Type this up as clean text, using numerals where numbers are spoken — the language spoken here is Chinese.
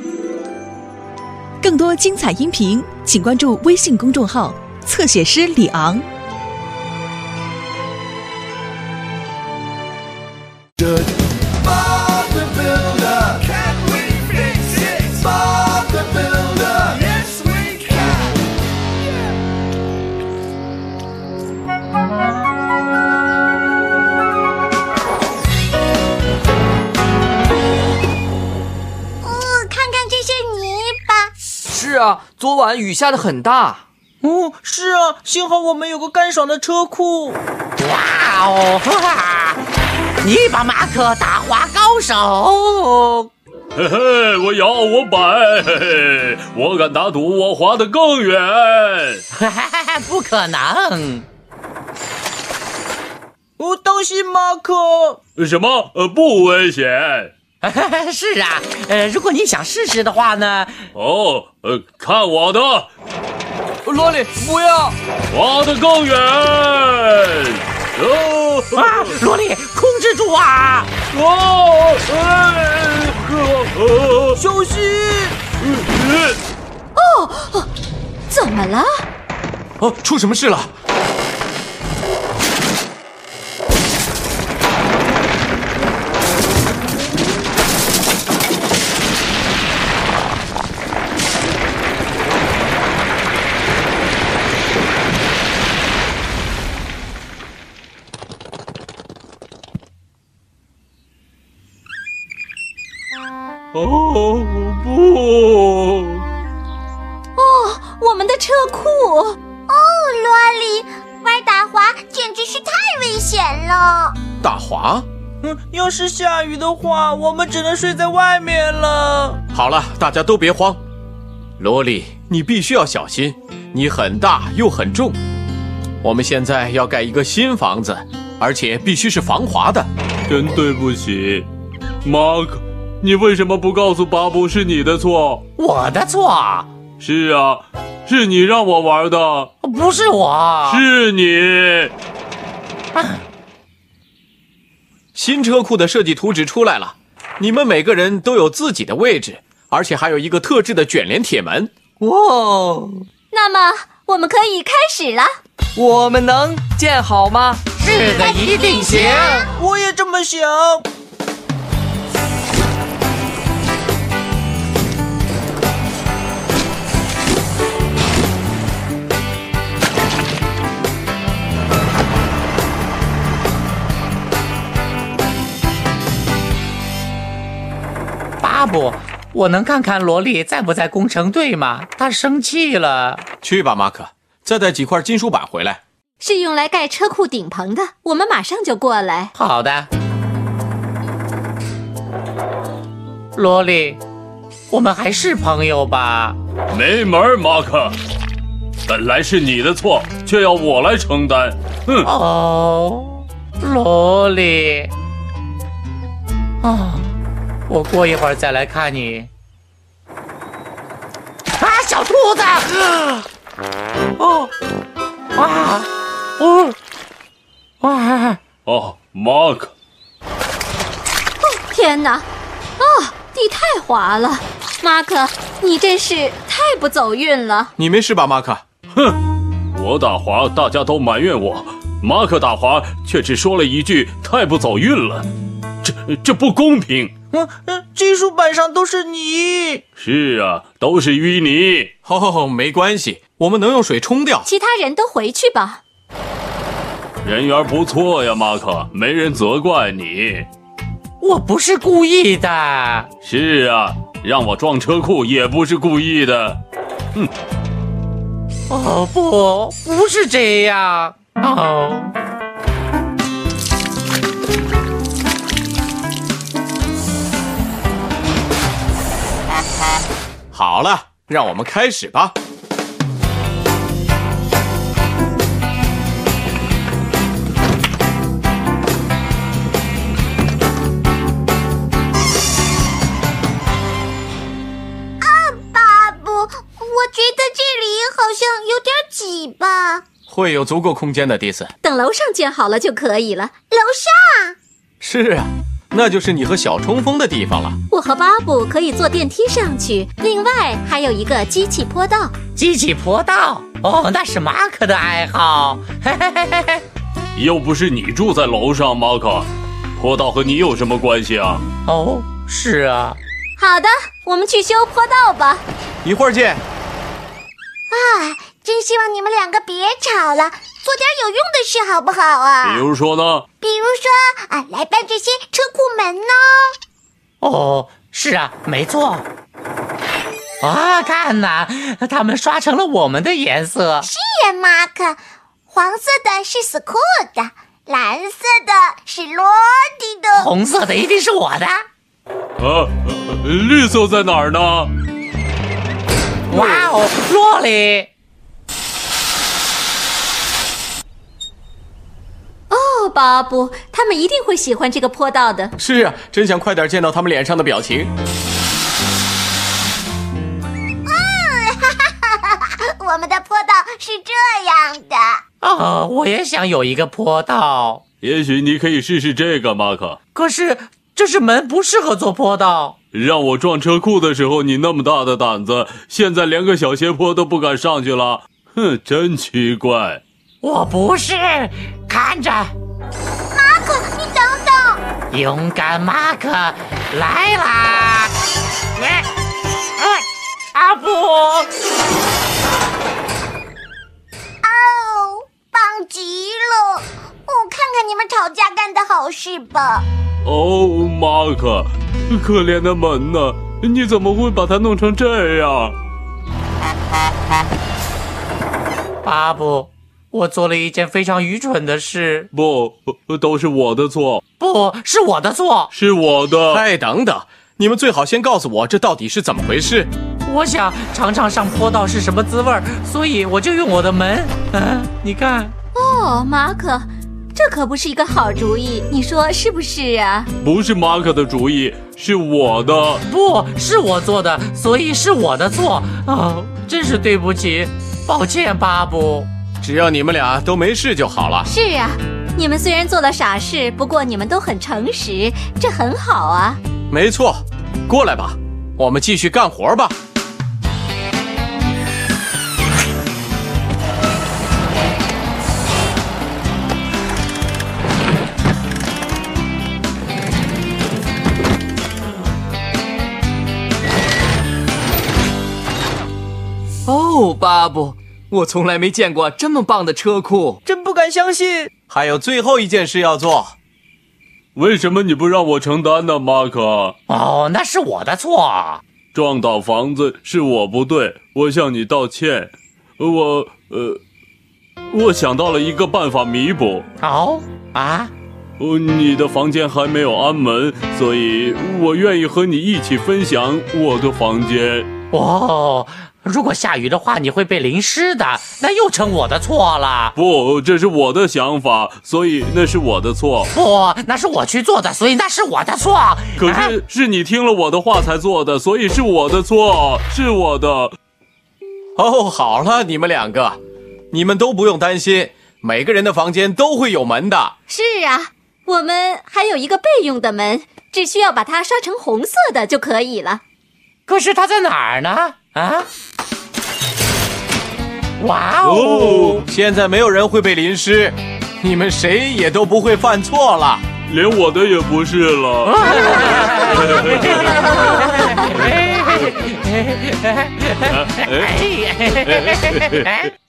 更多精彩音频，请关注微信公众号“侧写师李昂”。 是啊，昨晚雨下得很大。 是啊，幸好我们有个干爽的车库。 哇哦，哈哈！你把马可打滑高手。 嘿嘿，我摇我摆，嘿嘿，我敢打赌，我滑得更远。 不可能！ 当心马可！ 什么？不危险。 是啊，如果你想试试的话呢？ 看我的！ 罗里，不要！ 滑得更远！ 罗里，控制住啊！ 小心！ 怎么了？ 出什么事了？ 不！ 我们的车库！ 罗里，玩打滑简直是太危险了。 打滑？ 要是下雨的话，我们只能睡在外面了。 好了，大家都别慌。罗莉，你必须要小心，你很大又很重。我们现在要盖一个新房子，而且必须是防滑的。 真对不起，马可，你为什么不告诉巴布是你的错？ 我的错？ 是啊，是你让我玩的。 不是我。 是你。 新车库的设计图纸出来了，你们每个人都有自己的位置，而且还有一个特制的卷帘铁门。 哇！ 那么我们可以开始了。 我们能建好吗？ 是的，一定行。 我也这么想。 巴布，我能看看罗莉在不在工程队吗？她生气了。 去吧，马可，再带几块金属板回来。 是用来盖车库顶棚的，我们马上就过来。 好的。罗莉，我们还是朋友吧？ 没门，马可，本来是你的错，却要我来承担。 罗莉。我过一会儿再来看你。小兔子！ 马可！ 天哪！地太滑了，马可，你真是太不走运了。 你没事吧，马可？ 我打滑，大家都埋怨我；马可打滑，却只说了一句“太不走运了”，这不公平。 金属板上都是泥。 是啊，都是淤泥。 没关系，我们能用水冲掉。 其他人都回去吧。 人缘不错呀，马可，没人责怪你。 我不是故意的。 是啊，让我撞车库也不是故意的。 不是这样。 好了，让我们开始吧。 巴布，我觉得这里好像有点挤吧。 会有足够空间的，迪斯。 等楼上建好了就可以了。 楼上？ 是啊， 那就是你和小冲锋的地方了。 我和巴布可以坐电梯上去，另外还有一个机器坡道。 机器坡道？哦，那是马可的爱好。嘿嘿嘿嘿嘿。 又不是你住在楼上，马可，坡道和你有什么关系啊？ 哦，是啊。 好的，我们去修坡道吧。 一会儿见。 真希望你们两个别吵了，做点有用的事好不好啊？ 比如说呢？ 比如说来办这些车库门呢。 哦，是啊，没错。啊，看呐，他们刷成了我们的颜色。 是呀，马可，黄色的是 Scoot 的，蓝色的是罗迪的， 红色的一定是我的。 绿色在哪儿呢？ 哇哦，洛里！ 哦，巴布，他们一定会喜欢这个坡道的。 是啊，真想快点见到他们脸上的表情。 我们的坡道是这样的。 哦，我也想有一个坡道。 也许你可以试试这个，马可。 可是这是门，不适合做坡道。 让我撞车库的时候你那么大的胆子，现在连个小斜坡都不敢上去了。哼，真奇怪。 我不是，看着。 马可，你等等。 勇敢马可来啦！阿布。 棒极了！看看你们吵架干的好事吧。 哦，马可，可怜的门呢？你怎么会把它弄成这样？ 巴布，我做了一件非常愚蠢的事。 不，都是我的错。 不是我的错， 是我的。 哎，等等，你们最好先告诉我这到底是怎么回事。 我想尝尝上坡道是什么滋味，所以我就用我的门。你看。 哦，马可，这可不是一个好主意，你说是不是啊？ 不是马可的主意，是我的。 不是我做的，所以是我的错。真是对不起，抱歉，巴布。 只要你们俩都没事就好了。 是啊，你们虽然做了傻事，不过你们都很诚实，这很好啊。 没错，过来吧，我们继续干活吧。 哦，巴布，我从来没见过这么棒的车库， 真不敢相信。 还有最后一件事要做。 为什么你不让我承担呢，马可？ 哦，那是我的错。 撞倒房子是我不对，我向你道歉。我想到了一个办法弥补。你的房间还没有安门，所以我愿意和你一起分享我的房间。 哦，如果下雨的话，你会被淋湿的，那又成我的错了。 不，这是我的想法，所以那是我的错。 不，那是我去做的，所以那是我的错。 可是是你听了我的话才做的，所以是我的错，是我的。 哦，好了，你们两个，你们都不用担心，每个人的房间都会有门的。 是啊，我们还有一个备用的门，只需要把它刷成红色的就可以了。 可是它在哪儿呢？哇哦！ 现在没有人会被淋湿，你们谁也都不会犯错了， 连我的也不是了。